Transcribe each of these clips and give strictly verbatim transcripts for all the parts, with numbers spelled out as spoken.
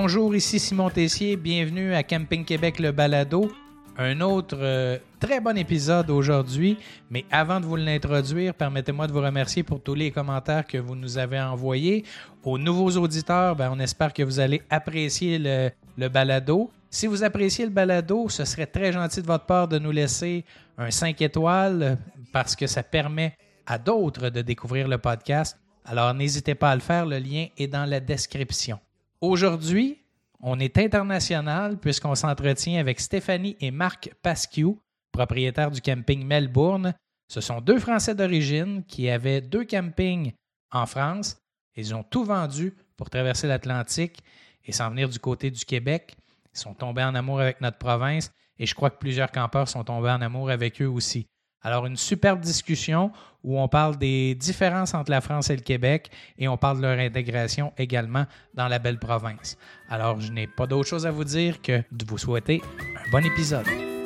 Bonjour, ici Simon Tessier, bienvenue à Camping Québec le balado. Un autre euh, très bon épisode aujourd'hui, mais avant de vous l'introduire, permettez-moi de vous remercier pour tous les commentaires que vous nous avez envoyés. Aux nouveaux auditeurs, ben, on espère que vous allez apprécier le, le balado. Si vous appréciez le balado, ce serait très gentil de votre part de nous laisser un cinq étoiles parce que ça permet à d'autres de découvrir le podcast. Alors n'hésitez pas à le faire, le lien est dans la description. Aujourd'hui, on est international puisqu'on s'entretient avec Stéphanie et Marc Pasquiou, propriétaires du camping Melbourne. Ce sont deux Français d'origine qui avaient deux campings en France. Ils ont tout vendu pour traverser l'Atlantique et s'en venir du côté du Québec. Ils sont tombés en amour avec notre province et je crois que plusieurs campeurs sont tombés en amour avec eux aussi. Alors, une superbe discussion où on parle des différences entre la France et le Québec et on parle de leur intégration également dans la belle province. Alors, je n'ai pas d'autre chose à vous dire que de vous souhaiter un bon épisode.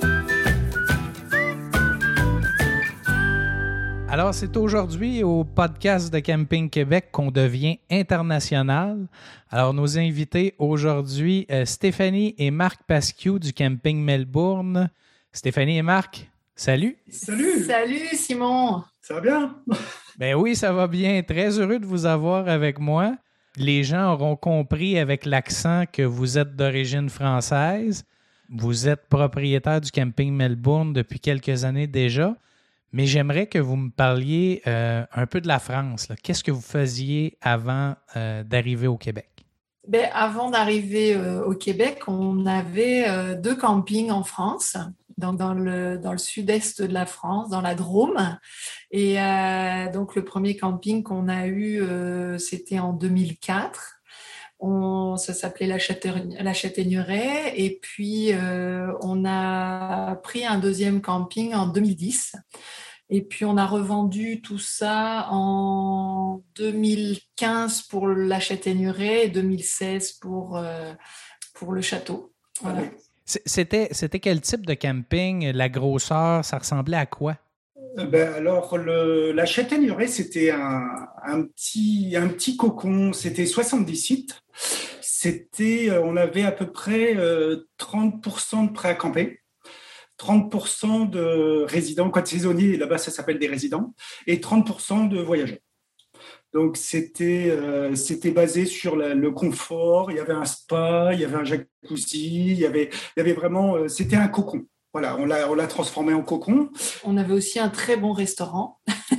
Alors, c'est aujourd'hui au podcast de Camping Québec qu'on devient international. Alors, nos invités aujourd'hui, euh, Stéphanie et Marc Pasquiou du camping Melbourne. Stéphanie et Marc, salut! Salut! Salut Simon! Ça va bien? Ben oui, ça va bien. Très heureux de vous avoir avec moi. Les gens auront compris avec l'accent que vous êtes d'origine française. Vous êtes propriétaire du camping Melbourne depuis quelques années déjà. Mais j'aimerais que vous me parliez euh, un peu de la France, là. Qu'est-ce que vous faisiez avant euh, d'arriver au Québec? Ben, avant d'arriver euh, au Québec, on avait euh, deux campings en France, dans, dans, le, dans le sud-est de la France, dans la Drôme. Et euh, donc, le premier camping qu'on a eu, euh, c'était en deux mille quatre. On, ça s'appelait la, Châtaigne, la Châtaigneraie. Et puis, euh, on a pris un deuxième camping en deux mille dix. Et puis, on a revendu tout ça en deux mille quinze pour la Châtaigneraie et deux mille seize pour, euh, pour le château. Voilà. C'était, c'était quel type de camping? La grosseur, ça ressemblait à quoi? Ben alors, le, la Châtaigneraie, c'était un, un, petit, un petit cocon. C'était soixante-dix sites. C'était, on avait à peu près euh, trente pour cent de prêts à camper. trente pour cent de résidents, quoi, de saisonniers, là-bas ça s'appelle des résidents, et trente pour cent de voyageurs. Donc c'était, euh, c'était basé sur la, le confort, il y avait un spa, il y avait un jacuzzi, il y avait, il y avait vraiment, euh, c'était un cocon. Voilà, on l'a, on l'a transformé en cocon. On avait aussi un très bon restaurant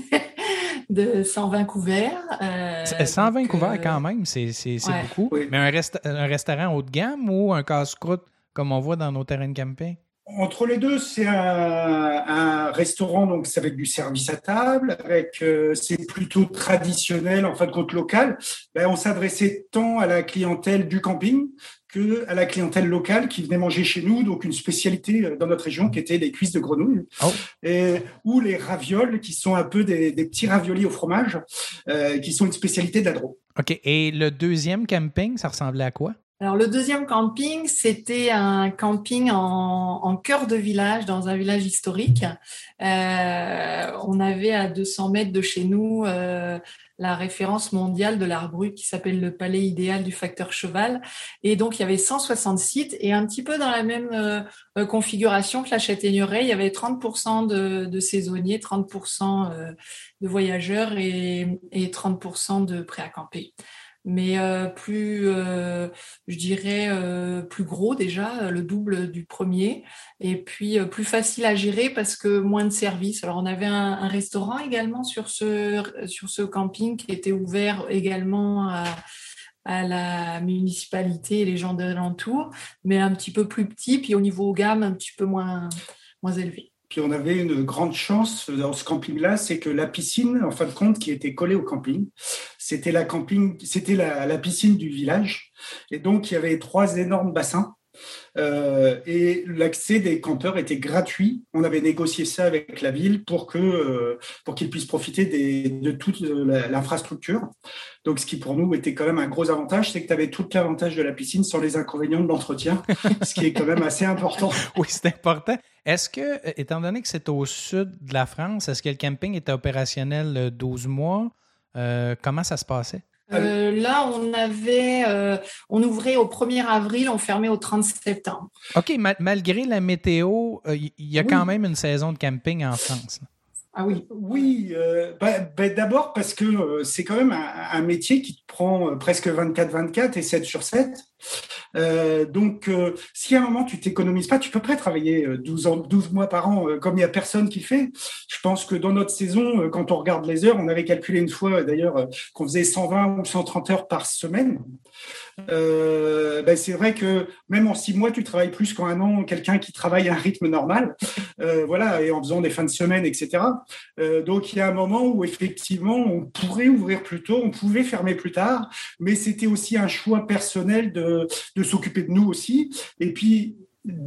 de cent vingt couverts. Euh, cent vingt donc, couverts euh, quand même, c'est, c'est, c'est ouais. beaucoup. Oui. Mais un, resta- un restaurant haut de gamme ou un casse-croûte comme on voit dans nos terrains de camping? Entre les deux, c'est un, un restaurant, donc c'est avec du service à table, avec euh, c'est plutôt traditionnel, en fin de compte local. Ben, on s'adressait tant à la clientèle du camping que à la clientèle locale qui venait manger chez nous, donc une spécialité dans notre région qui était les cuisses de grenouille, oh. et, ou les ravioles qui sont un peu des, des petits raviolis au fromage, euh, qui sont une spécialité de la Drôme. OK. Et le deuxième camping, ça ressemblait à quoi? Alors, le deuxième camping, c'était un camping en, en cœur de village, dans un village historique. Euh, on avait à deux cents mètres de chez nous euh, la référence mondiale de l'art brut qui s'appelle le palais idéal du facteur Cheval. Et donc, il y avait cent soixante sites et un petit peu dans la même euh, configuration que la Châtaigneraie. Il y avait trente pour cent de, de saisonniers, trente pour cent euh, de voyageurs et, et trente pour cent de prêts à camper. Mais euh, plus, euh, je dirais, euh, plus gros déjà, le double du premier, et puis euh, plus facile à gérer parce que moins de services. Alors on avait un, un restaurant également sur ce sur ce camping qui était ouvert également à, à la municipalité et les gens de l'alentour, mais un petit peu plus petit, puis au niveau gamme un petit peu moins moins élevé. Puis on avait une grande chance dans ce camping-là, c'est que la piscine, en fin de compte, qui était collée au camping, c'était la camping, c'était la, la piscine du village. Et donc, il y avait trois énormes bassins. Euh, et l'accès des campeurs était gratuit. On avait négocié ça avec la ville pour que euh, pour qu'ils puissent profiter des, de toute la, l'infrastructure. Donc, ce qui pour nous était quand même un gros avantage, c'est que tu avais tout l'avantage de la piscine sans les inconvénients de l'entretien, ce qui est quand même assez important. Oui, c'est important. Est-ce que, étant donné que c'est au sud de la France, est-ce que le camping était opérationnel douze mois? Euh, comment ça se passait? Euh, là, on avait, euh, on ouvrait au premier avril, on fermait au trente septembre. OK, ma- malgré la météo, il euh, y, y a oui. quand même une saison de camping en France. Ah oui. Oui, euh, bah, bah, d'abord parce que euh, c'est quand même un, un métier qui te prend euh, presque vingt-quatre vingt-quatre et sept sur sept. Euh, donc, euh, si à un moment tu t'économises pas, tu peux pas travailler douze, ans, douze mois par an euh, comme il y a personne qui le fait. Je pense que dans notre saison, euh, quand on regarde les heures, on avait calculé une fois euh, d'ailleurs euh, qu'on faisait cent vingt ou cent trente heures par semaine. Euh, ben c'est vrai que même en six mois, tu travailles plus qu'en un an quelqu'un qui travaille à un rythme normal, euh, voilà, et en faisant des fins de semaine, et cetera. Euh, donc il y a un moment où effectivement on pourrait ouvrir plus tôt, on pouvait fermer plus tard, mais c'était aussi un choix personnel de, de s'occuper de nous aussi. Et puis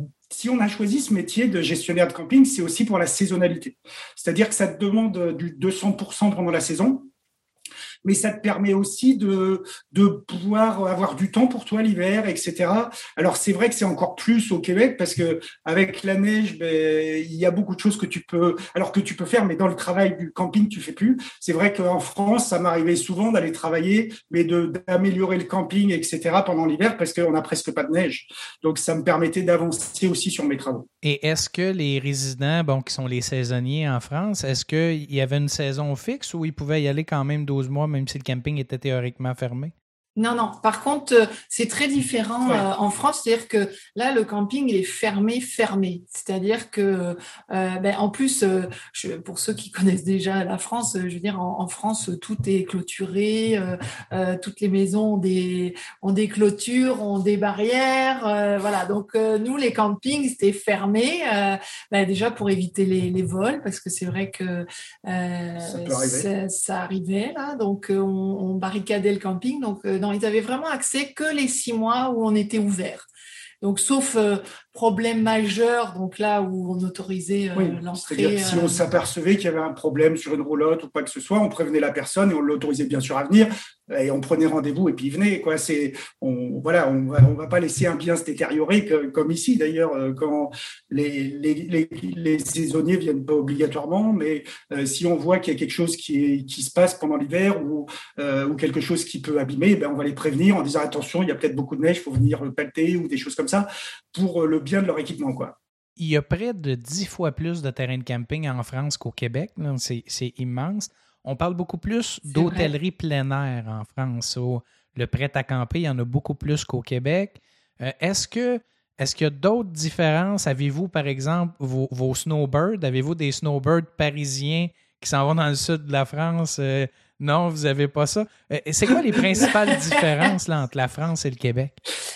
si on a choisi ce métier de gestionnaire de camping, c'est aussi pour la saisonnalité, c'est-à-dire que ça te demande du deux cents pour cent pendant la saison. Mais ça te permet aussi de, de pouvoir avoir du temps pour toi l'hiver, et cetera. Alors, c'est vrai que c'est encore plus au Québec parce que avec la neige, ben, il y a beaucoup de choses que tu peux, alors que tu peux faire, mais dans le travail du camping, tu fais plus. C'est vrai qu'en France, ça m'arrivait souvent d'aller travailler, mais de, d'améliorer le camping, et cetera pendant l'hiver parce qu'on n'a presque pas de neige. Donc, ça me permettait d'avancer aussi sur mes travaux. Et est-ce que les résidents, bon, qui sont les saisonniers en France, est-ce qu'il y avait une saison fixe ou ils pouvaient y aller quand même douze mois, même si le camping était théoriquement fermé? Non, non. Par contre, c'est très différent ouais. euh, en France. C'est-à-dire que là, le camping, il est fermé, fermé. C'est-à-dire que, euh, ben, en plus, euh, je, pour ceux qui connaissent déjà la France, je veux dire, en, en France, tout est clôturé. Euh, euh, toutes les maisons ont des, ont des clôtures, ont des barrières. Euh, voilà. Donc, euh, nous, les campings, c'était fermé. Euh, ben, déjà pour éviter les, les vols, parce que c'est vrai que euh, ça, peut arriver. ça, ça arrivait là. Donc, on, on barricadait le camping. Donc, euh, ils avaient vraiment accès que les six mois où on était ouvert. Donc, sauf euh, problème majeur, donc là où on autorisait euh, oui, l'entrée. C'est-à-dire que si on euh... s'apercevait qu'il y avait un problème sur une roulotte ou quoi que ce soit, on prévenait la personne et on l'autorisait bien sûr à venir et on prenait rendez-vous et puis il venait. Quoi. C'est, on, voilà, on va, on va pas laisser un bien se détériorer que, comme ici d'ailleurs quand les, les, les, les saisonniers viennent pas obligatoirement, mais euh, si on voit qu'il y a quelque chose qui, est, qui se passe pendant l'hiver ou, euh, ou quelque chose qui peut abîmer, ben on va les prévenir en disant attention, il y a peut-être beaucoup de neige, il faut venir pelleter ou des choses comme ça pour le bien de leur équipement, quoi. Il y a près de dix fois plus de terrains de camping en France qu'au Québec. Là. C'est, c'est immense. On parle beaucoup plus c'est d'hôtellerie vrai. Plein air en France. Au, le prêt à camper, il y en a beaucoup plus qu'au Québec. Euh, est-ce que est-ce qu'il y a d'autres différences? Avez-vous, par exemple, vos, vos snowbirds? Avez-vous des snowbirds parisiens qui s'en vont dans le sud de la France? Euh, non, vous n'avez pas ça. Euh, c'est quoi les principales différences là, entre la France et le Québec?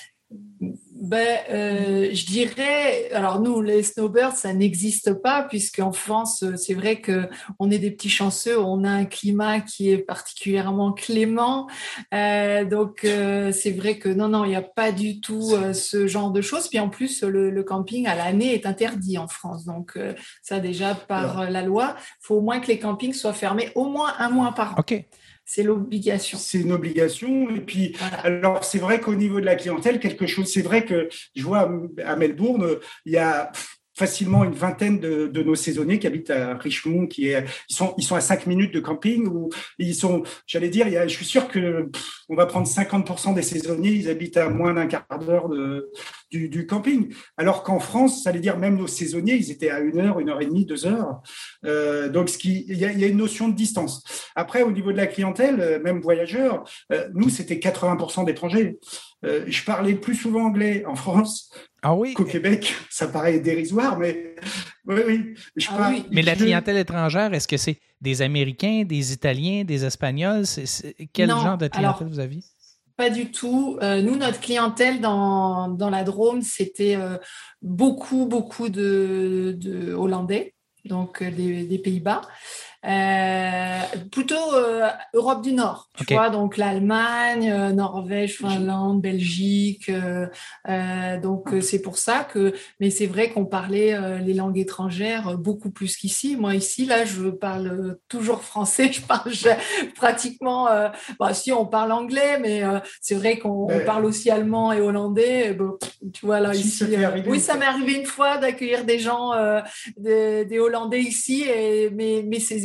Ben, euh, je dirais, alors nous, les snowbirds, ça n'existe pas puisqu'en France, c'est vrai que on est des petits chanceux, on a un climat qui est particulièrement clément, euh, donc euh, c'est vrai que non, non, il n'y a pas du tout euh, ce genre de choses. Puis en plus, le, le camping à l'année est interdit en France, donc euh, ça déjà par ouais. la loi, il faut au moins que les campings soient fermés au moins un mois par an. Ok. C'est l'obligation. C'est une obligation. Et puis, voilà. Alors, c'est vrai qu'au niveau de la clientèle, quelque chose, c'est vrai que je vois à Melbourne, il y a facilement une vingtaine de, de nos saisonniers qui habitent à Richmond, qui est, ils sont, ils sont à cinq minutes de camping où ils sont, j'allais dire, il y a, je suis sûr que pff, on va prendre cinquante pour cent des saisonniers, ils habitent à moins d'un quart d'heure de, du, du camping. Alors qu'en France, ça allait dire même nos saisonniers, ils étaient à une heure, une heure et demie, deux heures. Euh, donc, ce qui, il y a, il y a une notion de distance. Après, au niveau de la clientèle, même voyageurs, euh, nous, c'était quatre-vingts pour cent d'étrangers. Euh, je parlais plus souvent anglais en France ah oui. qu'au Québec. Ça paraît dérisoire, mais oui, oui. Je ah parle, oui. Mais la clientèle étrangère, est-ce que c'est des Américains, des Italiens, des Espagnols? C'est, c'est... Quel non, genre de clientèle alors, vous aviez? Pas du tout. Euh, nous, notre clientèle dans, dans la Drôme, c'était euh, beaucoup, beaucoup de, de Hollandais, donc euh, des, des Pays-Bas. Euh, plutôt euh, Europe du Nord, tu okay. vois, donc l'Allemagne, euh, Norvège, Finlande, Belgique. Euh, euh, donc euh, c'est pour ça que, mais c'est vrai qu'on parlait euh, les langues étrangères beaucoup plus qu'ici. Moi ici, là, je parle toujours français. Je parle je, pratiquement, euh, bah si on parle anglais, mais euh, c'est vrai qu'on on parle aussi allemand et hollandais. Et bon, tu vois là si ici, euh, oui, ça m'est arrivé une fois d'accueillir des gens, euh, des, des Hollandais ici, et mes mes saisonniers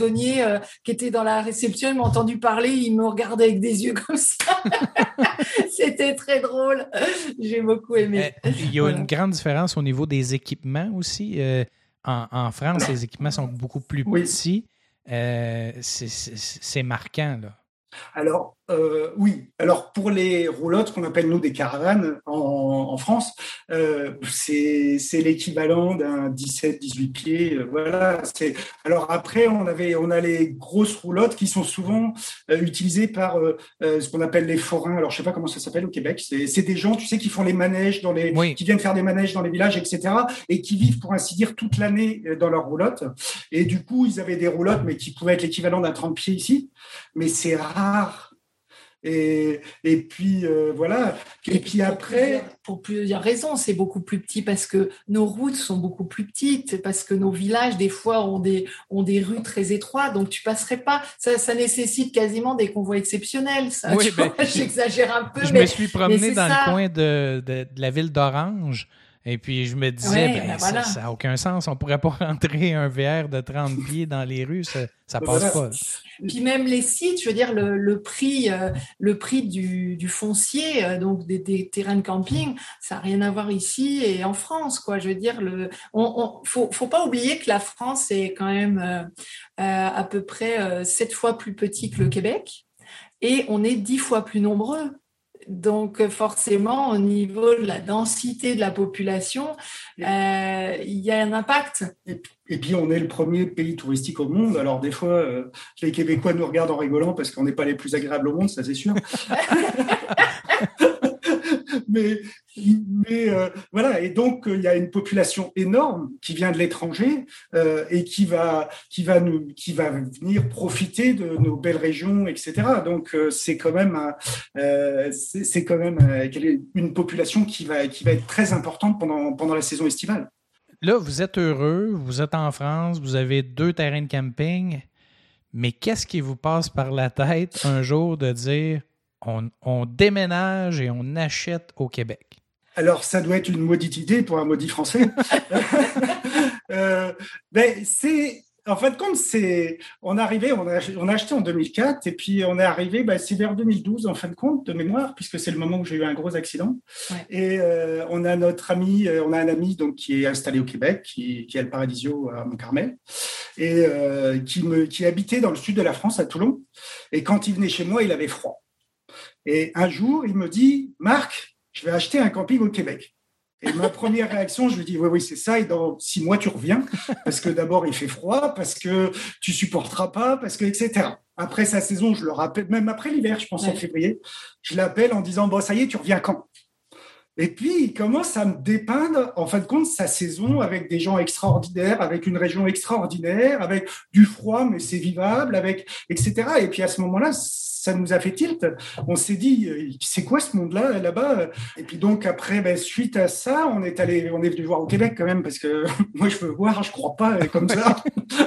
cordonnier euh, qui était dans la réception, il m'a entendu parler, il me regardait avec des yeux comme ça. C'était très drôle. J'ai beaucoup aimé. Euh, il y a voilà. une grande différence au niveau des équipements aussi. Euh, en, en France, les équipements sont beaucoup plus oui. petits. Euh, c'est, c'est, c'est marquant, là. Alors, euh, oui. Alors, pour les roulottes qu'on appelle, nous, des caravanes en, en France, euh, c'est, c'est l'équivalent d'un dix-sept dix-huit pieds. Euh, voilà. C'est... Alors, après, on, avait, on a les grosses roulottes qui sont souvent euh, utilisées par euh, euh, ce qu'on appelle les forains. Alors, je ne sais pas comment ça s'appelle au Québec. C'est, c'est des gens, tu sais, qui font les manèges, dans les, oui. qui viennent faire des manèges dans les villages, et cetera, et qui vivent, pour ainsi dire, toute l'année dans leurs roulottes. Et du coup, ils avaient des roulottes, mais qui pouvaient être l'équivalent d'un trente pieds ici. Mais c'est rare. Et, et puis, euh, voilà. Et, et puis après... Pour plusieurs raisons, c'est beaucoup plus petit parce que nos routes sont beaucoup plus petites, parce que nos villages, des fois, ont des, ont des rues très étroites, donc tu passerais pas... Ça, ça nécessite quasiment des convois exceptionnels, ça. Oui, ben, vois, j'exagère un peu, je mais... Je me suis promené dans ça. le coin de, de, de la ville d'Orange. Et puis, je me disais, ouais, ben, ben voilà. ça n'a aucun sens. On ne pourrait pas rentrer un V R de trente pieds dans les rues. Ça ne passe voilà. pas. Puis même les sites, je veux dire, le, le prix, euh, le prix du, du foncier, euh, donc des, des terrains de camping, ça n'a rien à voir ici et en France, quoi. Je veux dire, le, on, on faut, faut pas oublier que la France est quand même euh, euh, à peu près euh, sept fois plus petit que le Québec et on est dix fois plus nombreux. Donc forcément, au niveau de la densité de la population, euh, il y a un impact. Et, et puis on est le premier pays touristique au monde. Alors des fois, euh, les Québécois nous regardent en rigolant parce qu'on n'est pas les plus agréables au monde, ça c'est sûr. mais mais euh, voilà, et donc il euh, y a une population énorme qui vient de l'étranger euh, et qui va qui va nous qui va venir profiter de nos belles régions, et cetera. Donc euh, c'est quand même un, euh, c'est, c'est quand même euh, une population qui va qui va être très importante pendant pendant la saison estivale. Là, vous êtes heureux, vous êtes en France, vous avez deux terrains de camping, mais qu'est-ce qui vous passe par la tête un jour de dire on, on déménage et on achète au Québec? Alors, ça doit être une maudite idée pour un maudit français. euh, ben, c'est, en fin de compte, c'est, on est arrivé, on a, on a acheté en deux mille quatre et puis on est arrivé, ben, c'est vers deux mille douze en fin de compte de mémoire, puisque c'est le moment où j'ai eu un gros accident. Ouais. Et euh, on a notre ami, on a un ami donc qui est installé au Québec, qui, qui a le Paradisio à Mont-Carmel et euh, qui me, qui habitait dans le sud de la France à Toulon. Et quand il venait chez moi, il avait froid. Et un jour, il me dit, Marc, je vais acheter un camping au Québec. Et ma première réaction, je lui dis, oui, oui, c'est ça. Et dans six mois, tu reviens. Parce que d'abord, il fait froid, parce que tu supporteras pas, parce que, et cetera. Après sa saison, je le rappelle, même après l'hiver, je pense ouais. en février, je l'appelle en disant, bon, ça y est, tu reviens quand? Et puis, il commence à me dépeindre, en fin de compte, sa saison avec des gens extraordinaires, avec une région extraordinaire, avec du froid, mais c'est vivable, avec, et cetera. Et puis, à ce moment-là, ça nous a fait tilt. On s'est dit, c'est quoi ce monde-là, là-bas? Et puis donc, après, ben, suite à ça, on est allé, on est venu voir au Québec quand même, parce que moi, je veux voir, je crois pas comme ça.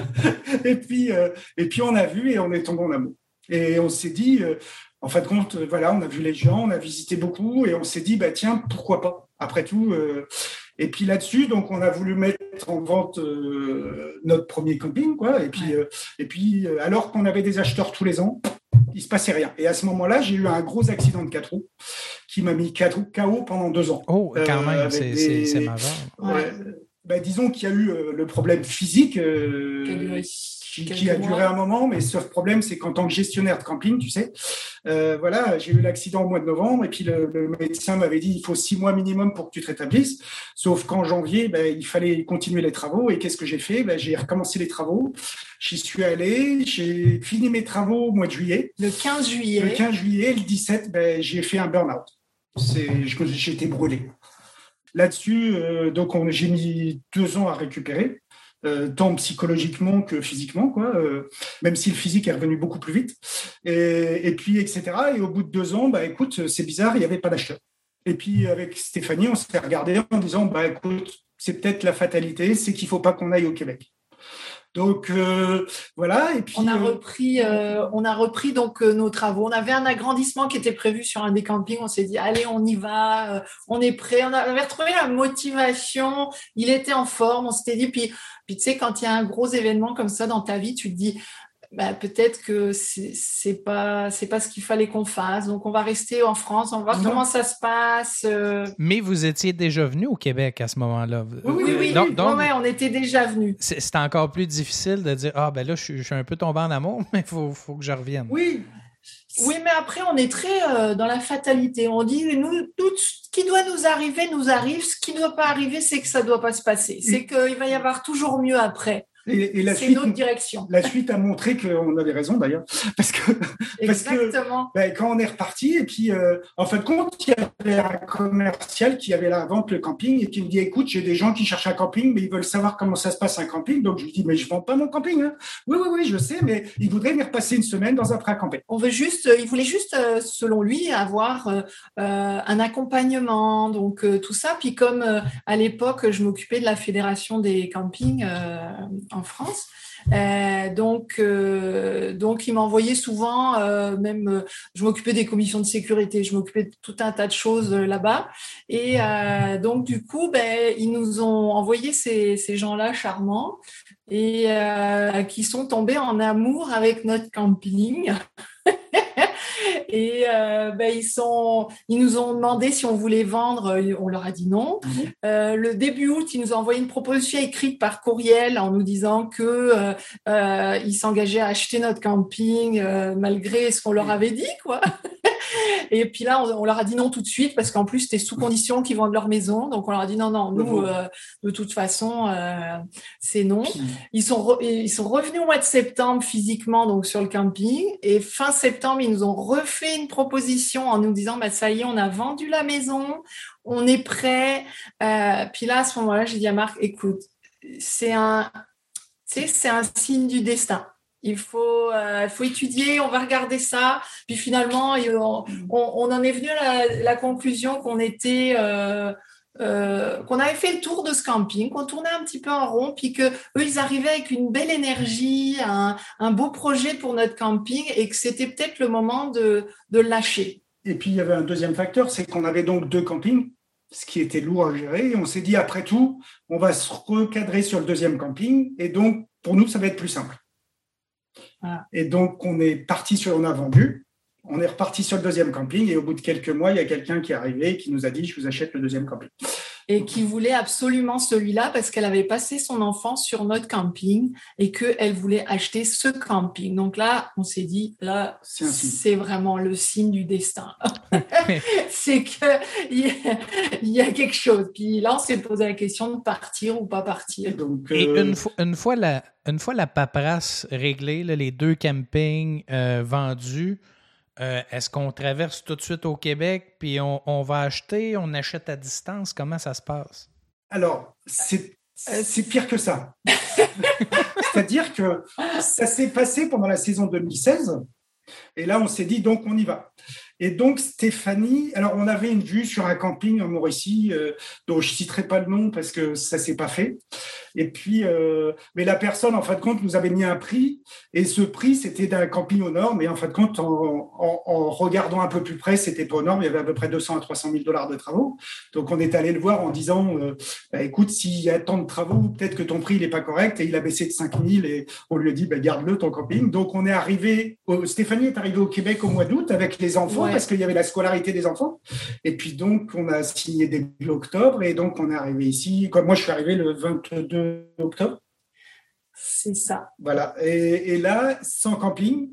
et puis, euh, et puis, on a vu et on est tombé en amour. Et on s'est dit, euh, en fin de compte, voilà, on a vu les gens, on a visité beaucoup et on s'est dit, bah, tiens, pourquoi pas? Après tout, euh, et puis là-dessus, donc, on a voulu mettre en vente euh, notre premier camping, quoi. Et puis, euh, et puis euh, alors qu'on avait des acheteurs tous les ans, il se passait rien. Et à ce moment-là, j'ai eu un gros accident de quatre roues qui m'a mis K O pendant deux ans. Oh, quand même, euh, c'est, des... c'est, c'est majeur. Ouais. Bah, disons qu'il y a eu euh, le problème physique euh, qui, qui a duré un moment, mais ce problème, c'est qu'en tant que gestionnaire de camping, tu sais, euh, voilà, j'ai eu l'accident au mois de novembre et puis le, le médecin m'avait dit il faut six mois minimum pour que tu te rétablisses. Sauf qu'en janvier, bah, il fallait continuer les travaux. Et qu'est-ce que j'ai fait? Bah, j'ai recommencé les travaux. J'y suis allé, j'ai fini mes travaux au mois de juillet. Le quinze juillet. Le quinze juillet, le dix-sept, bah, j'ai fait un burn-out. C'est, j'ai été brûlé. Là-dessus, euh, donc on, j'ai mis deux ans à récupérer, euh, tant psychologiquement que physiquement, quoi. Euh, même si le physique est revenu beaucoup plus vite. Et, et puis, et cetera. Et au bout de deux ans, bah écoute, c'est bizarre, il n'y avait pas d'acheteur. Et puis avec Stéphanie, on s'est regardé en disant, bah écoute, c'est peut-être la fatalité, c'est qu'il ne faut pas qu'on aille au Québec. Donc euh, voilà. Et puis on a repris, euh, on a repris donc euh, nos travaux. On avait un agrandissement qui était prévu sur un des campings. On s'est dit allez, on y va, euh, on est prêt. On avait retrouvé la motivation. Il était en forme. On s'était dit puis, puis tu sais quand il y a un gros événement comme ça dans ta vie, tu te dis bah, peut-être que c'est, c'est pas c'est pas ce qu'il fallait qu'on fasse. Donc on va rester en France, on va voir non. comment ça se passe. Euh... Mais vous étiez déjà venu au Québec à ce moment-là. Oui, oui, oui. Donc, donc ouais, on était déjà venus. C'est, c'est encore plus difficile de dire ah ben là je suis, je suis un peu tombé en amour, mais il faut, faut que je revienne. Oui. Oui, mais après, on est très euh, dans la fatalité. On dit, nous, tout ce qui doit nous arriver, nous arrive. Ce qui ne doit pas arriver, c'est que ça ne doit pas se passer. C'est qu'il va y avoir toujours mieux après. Et, et la c'est suite, notre direction. La suite a montré qu'on avait raison, d'ailleurs. Parce que, parce Exactement. que ben, quand on est reparti, et puis, euh, en fin de compte, il y avait un commercial qui avait la vente le camping et qui me dit, écoute, j'ai des gens qui cherchent un camping, mais ils veulent savoir comment ça se passe un camping. Donc, je lui dis, mais je ne vends pas mon camping. Hein. Oui, oui, oui, je sais, mais il voudrait venir passer une semaine dans un pré à camper. On veut juste, il voulait juste, selon lui, avoir euh, un accompagnement, donc euh, tout ça. Puis comme euh, à l'époque, je m'occupais de la fédération des campings euh, en France. Euh, donc, euh, donc, il m'envoyait souvent, euh, même, euh, je m'occupais des commissions de sécurité, je m'occupais de tout un tas de choses euh, là-bas. Et euh, donc, du coup, ben, ils nous ont envoyé ces, ces gens-là charmants et euh, qui sont tombés en amour avec notre camping. Et euh, ben, ils, sont, ils nous ont demandé si on voulait vendre. On leur a dit non. Mmh. Euh, le début août, ils nous ont envoyé une proposition écrite par courriel en nous disant que euh, euh, ils s'engageaient à acheter notre camping euh, malgré ce qu'on leur avait dit, quoi. Et puis là, on, on leur a dit non tout de suite parce qu'en plus, c'était sous condition qu'ils vendent leur maison. Donc, on leur a dit non, non, nous, euh, de toute façon, euh, c'est non. Ils sont, re, ils sont revenus au mois de septembre physiquement, donc sur le camping. Et fin septembre, ils nous ont refait une proposition en nous disant, bah, ça y est, on a vendu la maison, on est prêt. Euh, puis là, à ce moment-là, j'ai dit à Marc, écoute, c'est un, tu sais, c'est un signe du destin. Il faut, euh, faut étudier, on va regarder ça. Puis finalement, on, on, on en est venu à la, la conclusion qu'on était, euh, euh, qu'on avait fait le tour de ce camping, qu'on tournait un petit peu en rond, puis que eux, ils arrivaient avec une belle énergie, un, un beau projet pour notre camping, et que c'était peut-être le moment de, de lâcher. Et puis il y avait un deuxième facteur, c'est qu'on avait donc deux campings, ce qui était lourd à gérer. Et on s'est dit après tout, on va se recadrer sur le deuxième camping, et donc pour nous, ça va être plus simple. Voilà. Et donc, on est parti sur, on a vendu, on est reparti sur le deuxième camping et au bout de quelques mois, il y a quelqu'un qui est arrivé et qui nous a dit, je vous achète le deuxième camping. Et qui voulait absolument celui-là parce qu'elle avait passé son enfance sur notre camping et qu'elle voulait acheter ce camping. Donc là, on s'est dit, là, c'est, c'est vraiment le signe du destin. C'est qu'il y, y a quelque chose. Puis là, on s'est posé la question de partir ou pas partir. Et, donc, euh... et une, fois, une, fois la, une fois la paperasse réglée, là, les deux campings euh, vendus, Euh, est-ce qu'on traverse tout de suite au Québec puis on, on va acheter, on achète à distance? Comment ça se passe? Alors, c'est, c'est pire que ça. C'est-à-dire que ça s'est passé pendant la saison deux mille seize et là, on s'est dit, donc, on y va. Et donc, Stéphanie, alors on avait une vue sur un camping en Mauricie, euh, dont je ne citerai pas le nom parce que ça ne s'est pas fait. Et puis, euh, mais la personne, en fin de compte, nous avait mis un prix. Et ce prix, c'était d'un camping au nord. Mais en fin de compte, en, en, en regardant un peu plus près, c'était pas au nord. Mais il y avait à peu près deux cents à trois cent mille dollars de travaux. Donc, on est allé le voir en disant, euh, bah, écoute, s'il y a tant de travaux, peut-être que ton prix, il n'est pas correct. Et il a baissé de cinq mille. Et on lui a dit, bah, garde-le, ton camping. Donc, on est arrivé, au, Stéphanie est arrivée au Québec au mois d'août avec les enfants. Ouais. Parce qu'il y avait la scolarité des enfants. Et puis donc, on a signé début octobre. Et donc, on est arrivé ici. Comme moi, je suis arrivé le vingt-deux octobre. C'est ça. Voilà. Et, et là, sans camping,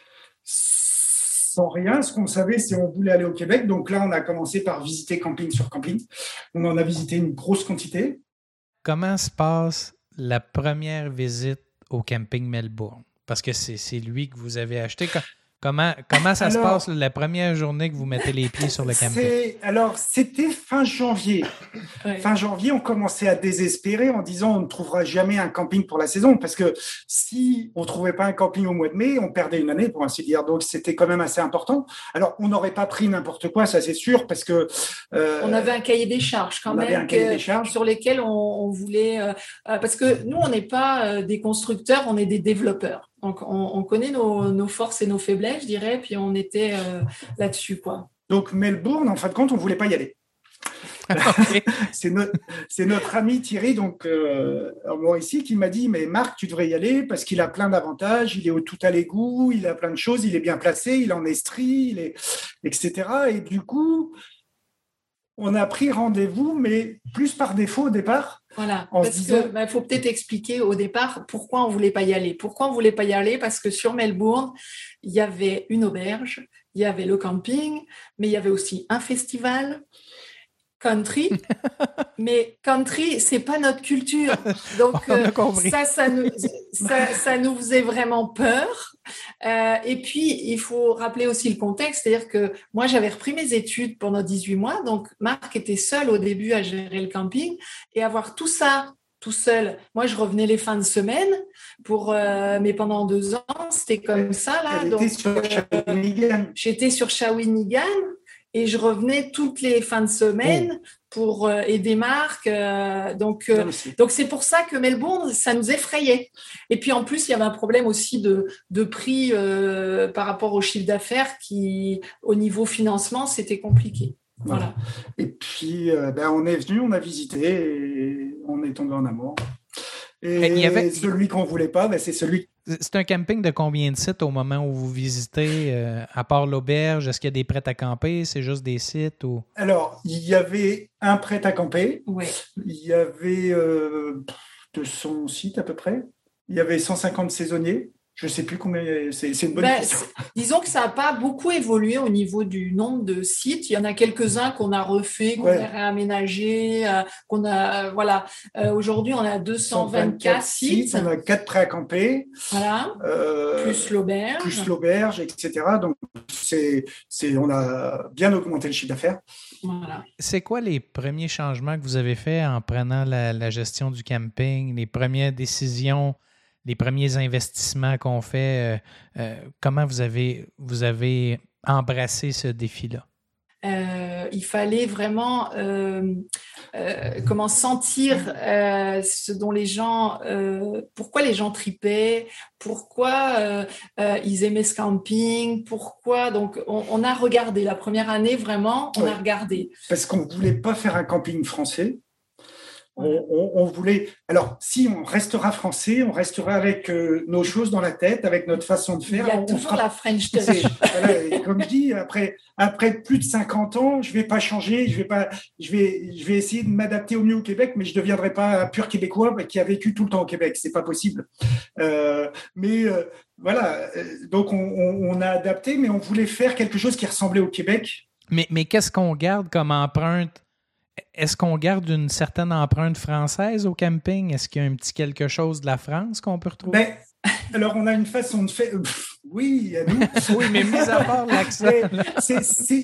sans rien, ce qu'on savait, c'est qu'on voulait aller au Québec. Donc là, on a commencé par visiter camping sur camping. On en a visité une grosse quantité. Comment se passe la première visite au camping Melbourne? Parce que c'est, c'est lui que vous avez acheté. Comment, comment ça alors, se passe la première journée que vous mettez les pieds sur le camping? C'est, alors, c'était fin janvier. Ouais. Fin janvier, on commençait à désespérer en disant on ne trouvera jamais un camping pour la saison parce que si on ne trouvait pas un camping au mois de mai, on perdait une année pour ainsi dire. Donc, c'était quand même assez important. Alors, on n'aurait pas pris n'importe quoi, ça c'est sûr, parce que… Euh, on avait un cahier des charges quand même que, charges. Sur lesquels on, on voulait… Euh, parce que nous, on n'est pas euh, des constructeurs, on est des développeurs. Donc, on, on connaît nos, nos forces et nos faiblesses, je dirais, puis on était euh, là-dessus, quoi. Donc, Melbourne, en fin de compte, on ne voulait pas y aller. Okay. c'est, notre, c'est notre ami Thierry, donc euh, moi ici, qui m'a dit, mais Marc, tu devrais y aller parce qu'il a plein d'avantages, il est au tout à l'égout, il a plein de choses, il est bien placé, il est en estrie, il est, et cetera. Et du coup, on a pris rendez-vous, mais plus par défaut au départ. Voilà, parce disant... qu'il bah, faut peut-être expliquer au départ pourquoi on ne voulait pas y aller. Pourquoi on ne voulait pas y aller? Parce que sur Melbourne, il y avait une auberge, il y avait le camping, mais il y avait aussi un festival country. Mais country, c'est pas notre culture. Donc, euh, ça, ça nous, ça, ça nous faisait vraiment peur. Euh, et puis, il faut rappeler aussi le contexte, c'est-à-dire que moi, j'avais repris mes études pendant dix-huit mois, donc Marc était seul au début à gérer le camping, et avoir tout ça tout seul. Moi, je revenais les fins de semaine, pour, euh, mais pendant deux ans, c'était comme ça. Là. Elle donc, était sur euh, j'étais sur Shawinigan, et je revenais toutes les fins de semaine oh. pour euh, aider Marc. Euh, donc, euh, donc, c'est pour ça que Melbourne, ça nous effrayait. Et puis, en plus, il y avait un problème aussi de, de prix euh, par rapport au chiffre d'affaires qui, au niveau financement, c'était compliqué. Voilà. voilà. Et puis, euh, ben, on est venu, on a visité et on est tombé en amour. Et il y avait... celui qu'on ne voulait pas, ben, c'est celui... C'est un camping de combien de sites au moment où vous visitez, euh, à part l'auberge? Est-ce qu'il y a des prêts à camper? C'est juste des sites? Ou... Alors, il y avait un prêt à camper. Oui. Il y avait euh, deux cents sites à peu près. Il y avait cent cinquante saisonniers. Je ne sais plus combien, c'est, c'est une bonne ben, question. Disons que ça n'a pas beaucoup évolué au niveau du nombre de sites. Il y en a quelques-uns qu'on a refait, qu'on ouais. a réaménagé, euh, qu'on a, euh, voilà. Euh, aujourd'hui, on a deux cent vingt-quatre sites. sites. On a quatre prêts à camper. Voilà. Euh, plus l'auberge. Plus l'auberge, et cetera. Donc, c'est, c'est, on a bien augmenté le chiffre d'affaires. Voilà. C'est quoi les premiers changements que vous avez faits en prenant la, la gestion du camping, les premières décisions? Les premiers investissements qu'on fait, euh, euh, comment vous avez, vous avez embrassé ce défi-là? Euh, il fallait vraiment euh, euh, comment sentir euh, ce dont les gens, euh, pourquoi les gens tripaient, pourquoi euh, euh, ils aimaient ce camping, pourquoi. Donc, on, on a regardé la première année vraiment, on ouais. a regardé. Parce qu'on ne voulait pas faire un camping français. On, on, on voulait. Alors, si on restera français, on restera avec euh, nos choses dans la tête, avec notre façon de faire. Il y a on, toujours on fera... la French touch. Voilà, et comme je dis, après, après plus de cinquante ans, je vais pas changer. Je vais pas. Je vais, je vais essayer de m'adapter au mieux au Québec, mais je deviendrai pas un pur Québécois qui a vécu tout le temps au Québec. C'est pas possible. Euh, mais euh, voilà. Donc, on, on, on a adapté, mais on voulait faire quelque chose qui ressemblait au Québec. Mais, mais qu'est-ce qu'on garde comme empreinte? Est-ce qu'on garde une certaine empreinte française au camping? Est-ce qu'il y a un petit quelque chose de la France qu'on peut retrouver? Ben, alors, on a une façon de faire... Oui, à nous. Oui, mais mis à part l'accent. C'est... c'est...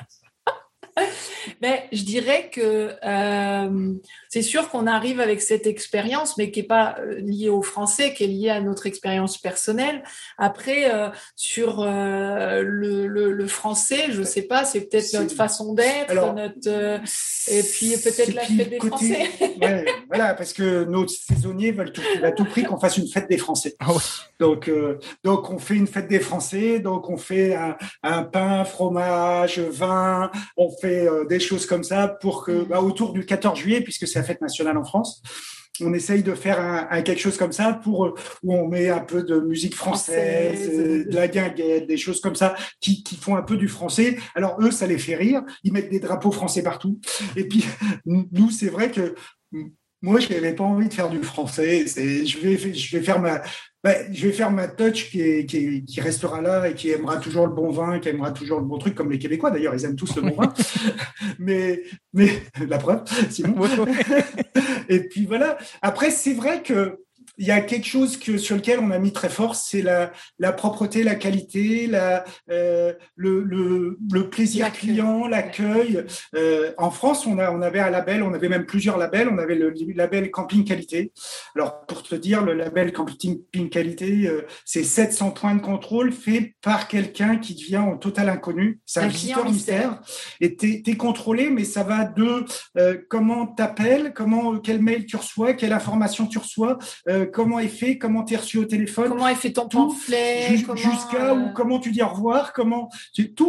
Ben, je dirais que euh, c'est sûr qu'on arrive avec cette expérience, mais qui n'est pas liée au français, qui est liée à notre expérience personnelle. Après, euh, sur euh, le, le, le français, je ne sais pas, c'est peut-être c'est... notre façon d'être, Alors, notre, euh, et puis peut-être la fête des côté... Français. Ouais, voilà, parce que nos saisonniers veulent tout, à tout prix qu'on fasse une fête des Français. Oh. Donc, euh, donc, on fait une fête des Français, donc on fait un, un pain, fromage, vin, on fait euh, des choses comme ça pour que, bah, autour du quatorze juillet, puisque c'est la fête nationale en France, on essaye de faire un, un quelque chose comme ça pour où on met un peu de musique française, française. de la guinguette, des choses comme ça qui, qui font un peu du français. Alors eux, ça les fait rire. Ils mettent des drapeaux français partout. Et puis nous, c'est vrai que moi, je n'avais pas envie de faire du français. C'est, je vais, je vais faire ma, ben, je vais faire ma touch qui, est, qui, est, qui restera là et qui aimera toujours le bon vin, qui aimera toujours le bon truc, comme les Québécois d'ailleurs, ils aiment tous le bon vin. mais, mais la preuve, sinon. Et puis voilà. Après, c'est vrai que il y a quelque chose que, sur lequel on a mis très fort, c'est la, la propreté, la qualité, la, euh, le, le, le plaisir l'accueil. client, l'accueil. Euh, en France, on, a, on avait un label, on avait même plusieurs labels. On avait le label Camping Qualité. Alors, pour te dire, le label Camping Qualité, euh, c'est sept cents points de contrôle faits par quelqu'un qui devient en total inconnu. C'est un, un visiteur mystère. Et t'es, t'es contrôlé, mais ça va de euh, comment t'appelles, comment, quel mail tu reçois, quelle information tu reçois, euh, comment est fait, comment t'es reçu au téléphone, comment est fait ton pamphlet, ju- comment, jusqu'à euh... ou comment tu dis au revoir, comment tout,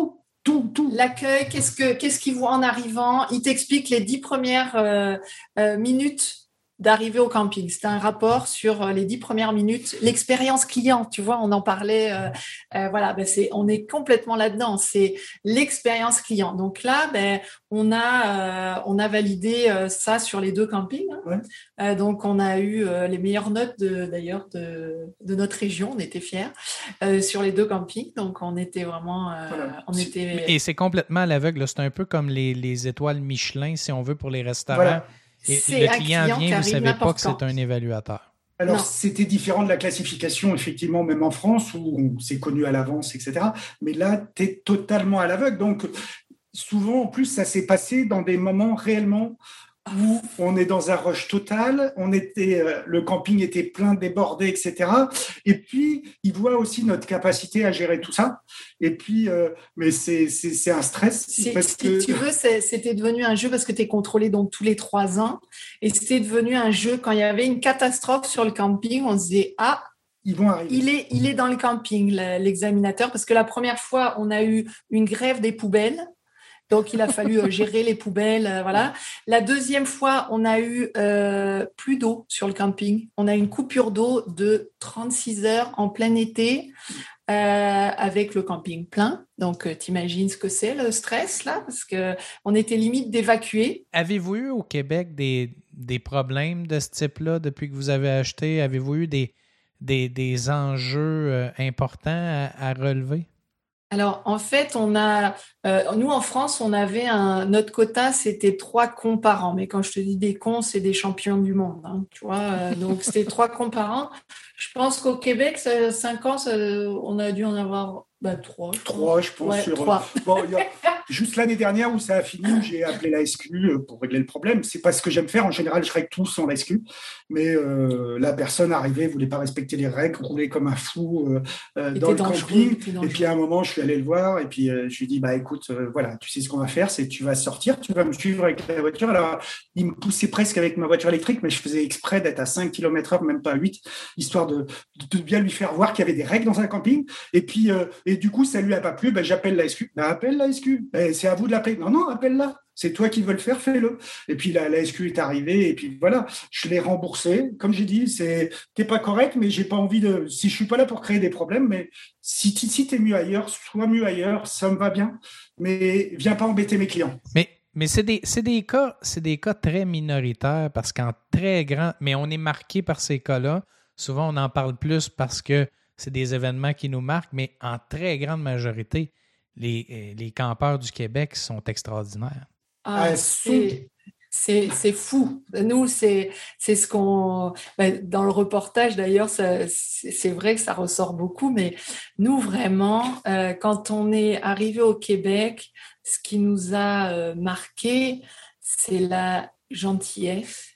tout, tout. L'accueil, qu'est-ce que qu'est-ce qu'ils voient en arrivant? Ils t'expliquent les dix premières euh, euh, minutes d'arriver au camping. C'est un rapport sur les dix premières minutes, l'expérience client. Tu vois, on en parlait. Euh, euh, voilà, ben c'est, on est complètement là-dedans. C'est l'expérience client. Donc là, ben on a euh, on a validé euh, ça sur les deux campings. Hein. Ouais. Euh, donc on a eu euh, les meilleures notes de, d'ailleurs de de notre région. On était fiers euh, sur les deux campings. Donc on était vraiment, euh, Voilà. on était. Et c'est complètement à l'aveugle. Là. C'est un peu comme les, les étoiles Michelin, si on veut, pour les restaurants. Voilà. Et C'est le un client, client qui vient, vous arrive savez pas que n'importe c'est un évaluateur. Alors, Non. c'était différent de la classification, effectivement, même en France, où c'est connu à l'avance, et cetera. Mais là, tu es totalement à l'aveugle. Donc, souvent, en plus, ça s'est passé dans des moments réellement où on est dans un rush total, on était, euh, le camping était plein, débordé, et cetera. Et puis, ils voient aussi notre capacité à gérer tout ça. Et puis, euh, mais c'est, c'est, c'est un stress. Si, parce si que... tu veux, c'est, c'était devenu un jeu parce que tu es contrôlé donc tous les trois ans. Et c'était devenu un jeu quand il y avait une catastrophe sur le camping, on se disait, ah, Ils vont arriver. il est, il est dans le camping, l'examinateur, parce que la première fois, on a eu une grève des poubelles. Donc, il a fallu euh, gérer les poubelles, euh, voilà. La deuxième fois, on a eu euh, plus d'eau sur le camping. On a eu une coupure d'eau de trente-six heures en plein été euh, avec le camping plein. Donc, euh, t'imagines ce que c'est le stress là, parce que on était limite d'évacuer. Avez-vous eu au Québec des, des problèmes de ce type-là depuis que vous avez acheté? Avez-vous eu des, des, des enjeux euh, importants à, à relever? Alors, en fait, on a, euh, nous en France, on avait un, notre quota, c'était trois cons par an. Mais quand je te dis des cons, c'est des champions du monde, hein, tu vois. Euh, donc, c'était trois cons par an. Je pense qu'au Québec, ça, cinq ans, ça, on a dû en avoir bah, trois. Je Trois, pense. je pense. Ouais, sur... trois. Bon, il y a... Juste l'année dernière où ça a fini, où j'ai appelé la S Q pour régler le problème. C'est pas ce que j'aime faire. En général, je règle tout sans la S Q. Mais euh, la personne arrivait, voulait pas respecter les règles, roulait comme un fou euh, euh, dans le camping. Et puis à un moment, je suis allé le voir et puis euh, je lui ai dit, bah écoute, euh, voilà, tu sais ce qu'on va faire, c'est tu vas sortir, tu vas me suivre avec la voiture. Alors, il me poussait presque avec ma voiture électrique, mais je faisais exprès d'être à cinq kilomètres heure, même pas à huit, histoire de, de bien lui faire voir qu'il y avait des règles dans un camping. Et puis, euh, et du coup, ça lui a pas plu. Ben, j'appelle la S Q. Ben, appelle la S Q. Ben, c'est à vous de l'appeler. Non, non, appelle-la. C'est toi qui veux le faire, fais-le. Et puis la, la S Q est arrivée et puis voilà, je l'ai remboursé. Comme j'ai dit, c'est t'es pas correct, mais j'ai pas envie de. Si je suis pas là pour créer des problèmes, mais si si t'es mieux ailleurs, sois mieux ailleurs, ça me va bien. Mais viens pas embêter mes clients. Mais mais c'est des c'est des cas c'est des cas très minoritaires parce qu'en très grand, mais on est marqué par ces cas-là. Souvent on en parle plus parce que c'est des événements qui nous marquent, mais en très grande majorité, les les campeurs du Québec sont extraordinaires. Ah, c'est, c'est, c'est fou. Nous, c'est, c'est ce qu'on... Ben, dans le reportage, d'ailleurs, ça, c'est, c'est vrai que ça ressort beaucoup, mais nous, vraiment, euh, quand on est arrivé au Québec, ce qui nous a euh, marqué, c'est la gentillesse,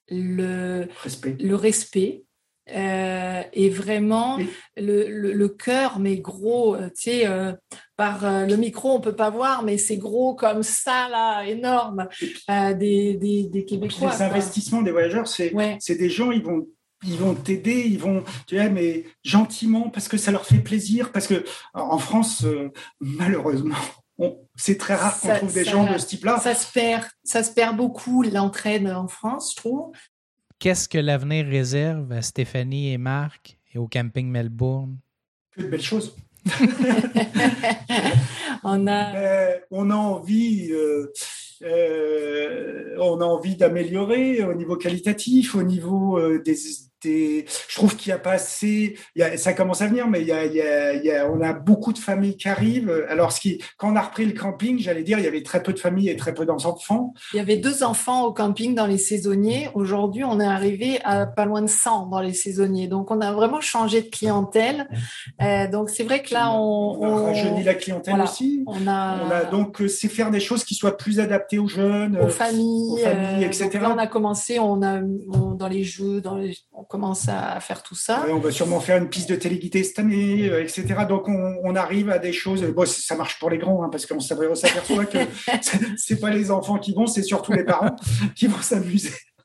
le respect. Le respect. Euh, et vraiment oui. le, le, le cœur, mais gros, tu sais, euh, par euh, le micro, on peut pas voir, mais c'est gros comme ça, là, énorme, euh, des, des, des Québécois. Les investissements des voyageurs, c'est, ouais. c'est des gens, ils vont ils vont t'aider, ils vont, tu vois, mais gentiment, parce que ça leur fait plaisir, parce que en France, euh, malheureusement, on, c'est très rare qu'on ça, trouve des ça, gens de ce type-là. Ça se perd, ça se perd beaucoup, l'entraide en France, je trouve. Qu'est-ce que l'avenir réserve à Stéphanie et Marc et au camping Melbourne? Que de belles choses. on a, ben, on a envie, euh, euh, on a envie d'améliorer au niveau qualitatif, au niveau euh, des, des. Je trouve qu'il n'y a pas assez. Il y a, ça commence à venir, mais il y a, il y a, il y a, on a beaucoup de familles qui arrivent. Alors, ce qui, quand on a repris le camping, j'allais dire, il y avait très peu de familles et très peu d'enfants. Il y avait deux enfants au camping dans les saisonniers. Aujourd'hui, on est arrivé à pas loin de cent dans les saisonniers. Donc, on a vraiment changé de clientèle. Euh, donc, c'est vrai que là, on, on a rajeuni la clientèle voilà, aussi. On a, on a donc c'est faire des choses qui soient plus adaptées aux jeunes, aux familles, aux familles, euh, et cetera. Donc là, on a commencé, on a on, dans les jeux, dans les, on commence à faire tout ça. Ouais, on va sûrement faire une piste de téléguidé cette année, euh, et cetera. Donc on, on arrive à des choses. Bon, ça marche pour les grands, hein, parce qu'on s'aperçoit que c'est, c'est pas les enfants qui vont, c'est surtout les parents qui vont s'amuser.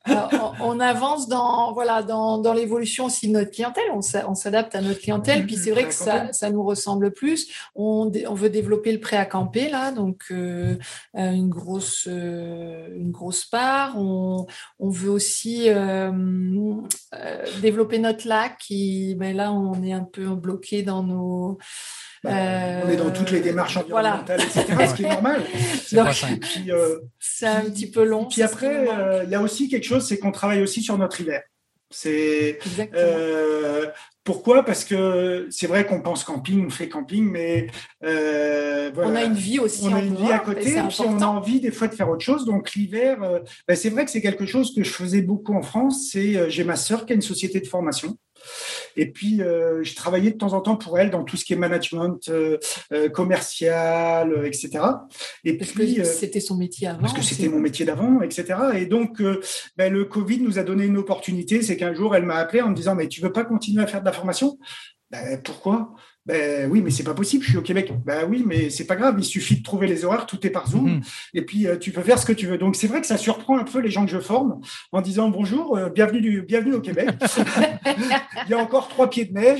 Alors, on, on avance dans voilà dans, dans l'évolution aussi de notre clientèle. On, on s'adapte à notre clientèle. Puis c'est vrai que ça, ça nous ressemble plus. On, on veut développer le prêt à camper là, donc euh, une grosse euh, une grosse part. On, on veut aussi euh, euh, développer notre lac. Qui, ben là, on est un peu bloqué dans nos Bah, euh, on est dans toutes les démarches environnementales, voilà. et cetera, ce qui est normal. C'est Donc, pas simple. Puis, euh, c'est un petit peu long. Puis après, il euh, y a aussi quelque chose, c'est qu'on travaille aussi sur notre hiver. C'est euh, pourquoi ? Parce que c'est vrai qu'on pense camping, on fait camping, mais euh, voilà. On a une vie aussi. On a une vie à côté, et puis on a envie des fois de faire autre chose. Donc l'hiver, euh, ben, c'est vrai que c'est quelque chose que je faisais beaucoup en France. C'est euh, j'ai ma sœur qui a une société de formation. Et puis, euh, je travaillais de temps en temps pour elle dans tout ce qui est management euh, euh, commercial, euh, et cetera. Et parce puis, que c'était son métier avant. Parce que c'était mon métier d'avant, et cetera. Et donc, euh, ben, le Covid nous a donné une opportunité. C'est qu'un jour, elle m'a appelé en me disant « Mais tu veux pas continuer à faire de la formation ?» Ben, pourquoi ? Ben oui, mais c'est pas possible, je suis au Québec. Ben oui, mais c'est pas grave, il suffit de trouver les horaires, tout est par Zoom, mmh. et puis euh, tu peux faire ce que tu veux. Donc c'est vrai que ça surprend un peu les gens que je forme en disant bonjour, euh, bienvenue, du, bienvenue au Québec. Il y a encore trois pieds de neige,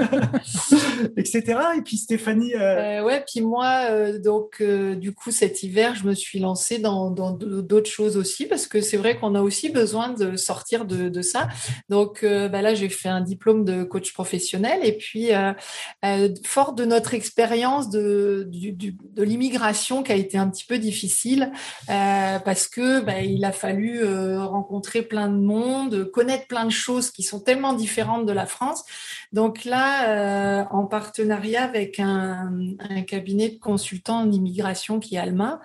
et cetera. Et puis Stéphanie. Euh... Euh, ouais, puis moi, euh, donc euh, du coup cet hiver, je me suis lancée dans, dans d'autres choses aussi parce que c'est vrai qu'on a aussi besoin de sortir de, de ça. Donc euh, ben là, j'ai fait un diplôme de coach professionnel et puis euh, fort de notre expérience de, du, du, de l'immigration qui a été un petit peu difficile euh, parce que bah, il a fallu euh, rencontrer plein de monde, connaître plein de choses qui sont tellement différentes de la France. Donc là, euh, en partenariat avec un, un cabinet de consultants en immigration qui est Alma,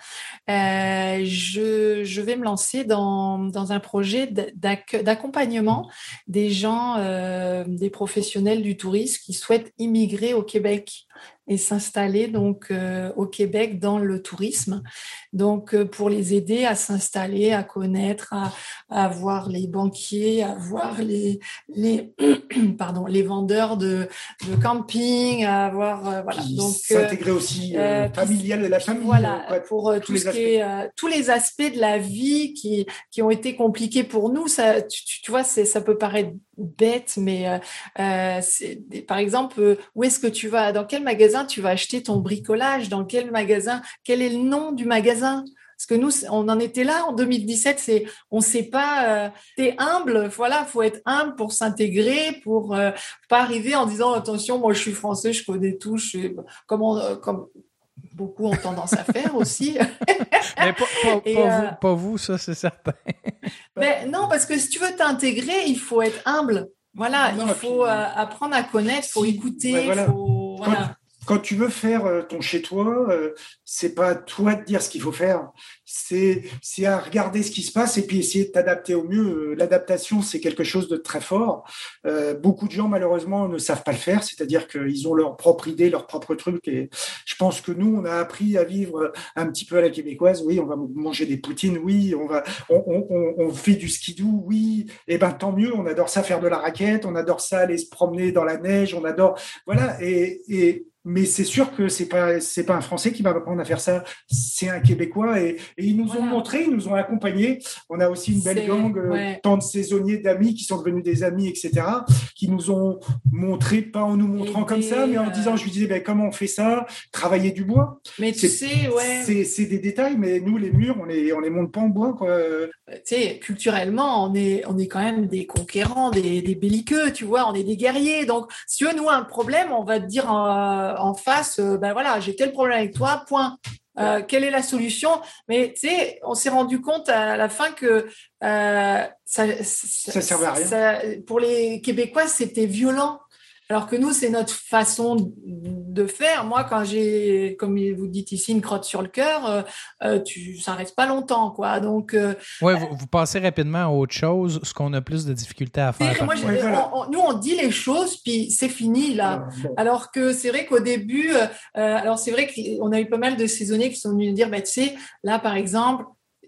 euh, je, je vais me lancer dans, dans un projet d'accompagnement des gens, euh, des professionnels du tourisme qui souhaitent immigrer au Québec et s'installer donc euh, au Québec dans le tourisme. Donc euh, pour les aider à s'installer, à connaître, à, à voir les banquiers, à voir les les pardon les vendeurs de, de camping, à voir euh, voilà puis donc s'intégrer euh, aussi euh, familial de la famille. Voilà euh, pour euh, tout ce qui est euh, tous les aspects de la vie qui qui ont été compliqués pour nous. Ça tu, tu vois c'est ça peut paraître bête, mais euh, euh, c'est, par exemple, euh, où est-ce que tu vas, dans quel magasin tu vas acheter ton bricolage, dans quel magasin, quel est le nom du magasin ? Parce que nous, on en était là en deux mille dix-sept, c'est, on sait pas, euh, t'es humble, voilà, faut être humble pour s'intégrer, pour euh, pas arriver en disant attention, moi je suis français, je connais tout, je suis, comment, euh, comme beaucoup ont tendance à faire aussi. Mais pas, pas, pas, euh, vous, pas vous, ça c'est certain. Mais non, parce que si tu veux t'intégrer, il faut être humble. Voilà, non, il faut puis, euh, apprendre à connaître, il faut si, écouter, ouais, voilà. faut voilà. Quand tu veux faire ton chez-toi, euh, c'est pas à toi de dire ce qu'il faut faire. C'est, c'est à regarder ce qui se passe et puis essayer de t'adapter au mieux. L'adaptation, c'est quelque chose de très fort. Euh, beaucoup de gens, malheureusement, ne savent pas le faire. C'est-à-dire qu'ils ont leur propre idée, leur propre truc. Et je pense que nous, on a appris à vivre un petit peu à la québécoise. Oui, on va manger des poutines. Oui, on va, on, on, on fait du skidoo. Oui, et ben tant mieux. On adore ça, faire de la raquette. On adore ça, aller se promener dans la neige. On adore, voilà. Et, et mais c'est sûr que c'est pas c'est pas un Français qui va apprendre à faire ça, c'est un Québécois et, et ils nous voilà. ont montré, ils nous ont accompagnés. On a aussi une belle c'est, gang, ouais. tant de saisonniers, d'amis qui sont devenus des amis, et cetera, qui nous ont montré, pas en nous montrant et comme des, ça, mais en disant, je lui disais, ben comment on fait ça, travailler du bois. Mais tu c'est, sais, ouais, c'est, c'est des détails, mais nous les murs, on les on les monte pas en bois, quoi. Tu sais, culturellement, on est on est quand même des conquérants, des des belliqueux, tu vois, on est des guerriers. Donc, si tu veux, nous un problème, on va te dire euh, en face, euh, ben voilà, j'ai tel problème avec toi, point. Euh, quelle est la solution ? Mais tu sais, on s'est rendu compte à la fin que euh, ça, ça, ça servait à rien. Ça, pour les Québécois, c'était violent. Alors que nous, c'est notre façon de faire. Moi, quand j'ai, comme vous dites ici, une crotte sur le cœur, euh, tu, ça reste pas longtemps, quoi. Donc, euh, ouais, vous, vous passez rapidement à autre chose, ce qu'on a plus de difficultés à faire. Moi, ouais, voilà. on, on, nous, on dit les choses, puis c'est fini là. Ah, bon. Alors que c'est vrai qu'au début, euh, alors c'est vrai qu'on a eu pas mal de saisonniers qui sont venus nous dire, bah, tu sais, là, par exemple.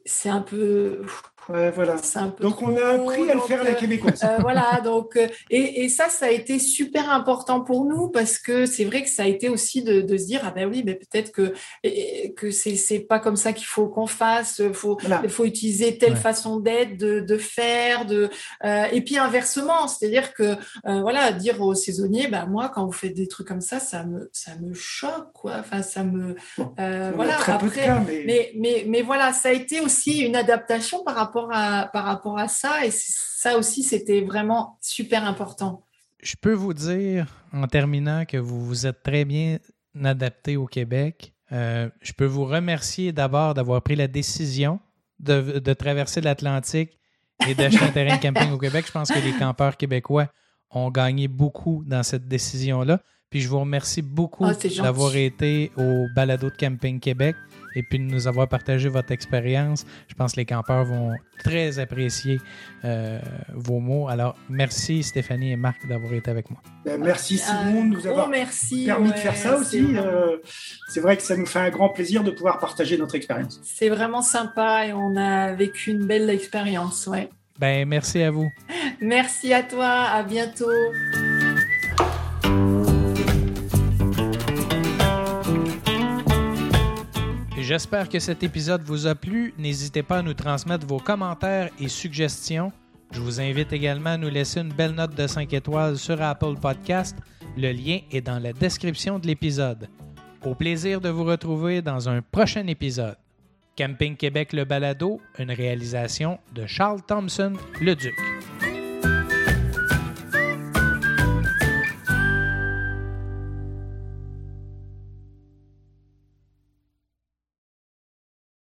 c'est un peu... Ouais, voilà. Un peu donc, on a appris à le faire à la québécoise. Euh, voilà, donc, euh, et, et ça, ça a été super important pour nous parce que c'est vrai que ça a été aussi de, de se dire, ah ben oui, mais peut-être que, et, que c'est, c'est pas comme ça qu'il faut qu'on fasse, faut, voilà. il faut utiliser telle ouais. façon d'être, de, de faire, de, euh, et puis inversement, c'est-à-dire que, euh, voilà, dire aux saisonniers, bah, moi, quand vous faites des trucs comme ça, ça me, ça me choque, quoi. Enfin, ça me, bon, euh, voilà. Très Après, peu de cas, mais... mais, mais, mais voilà, ça a été aussi une adaptation par rapport À, par rapport à ça, et ça aussi, c'était vraiment super important. Je peux vous dire, en terminant, que vous vous êtes très bien adapté au Québec. Euh, je peux vous remercier d'abord d'avoir pris la décision de, de traverser l'Atlantique et d'acheter un terrain de camping au Québec. Je pense que les campeurs québécois ont gagné beaucoup dans cette décision-là. Puis je vous remercie beaucoup oh, d'avoir été au Balado de Camping Québec et puis de nous avoir partagé votre expérience. Je pense que les campeurs vont très apprécier euh, vos mots. Alors, merci Stéphanie et Marc d'avoir été avec moi. Ben, merci Simon de nous avoir merci, permis ouais, de faire ça aussi. C'est, vraiment... euh, c'est vrai que ça nous fait un grand plaisir de pouvoir partager notre expérience. C'est vraiment sympa et on a vécu une belle expérience. Ouais. Ben, merci à vous. Merci à toi. À bientôt. J'espère que cet épisode vous a plu. N'hésitez pas à nous transmettre vos commentaires et suggestions. Je vous invite également à nous laisser une belle note de cinq étoiles sur Apple Podcast. Le lien est dans la description de l'épisode. Au plaisir de vous retrouver dans un prochain épisode. Camping Québec le balado, une réalisation de Charles Thompson, le Duc.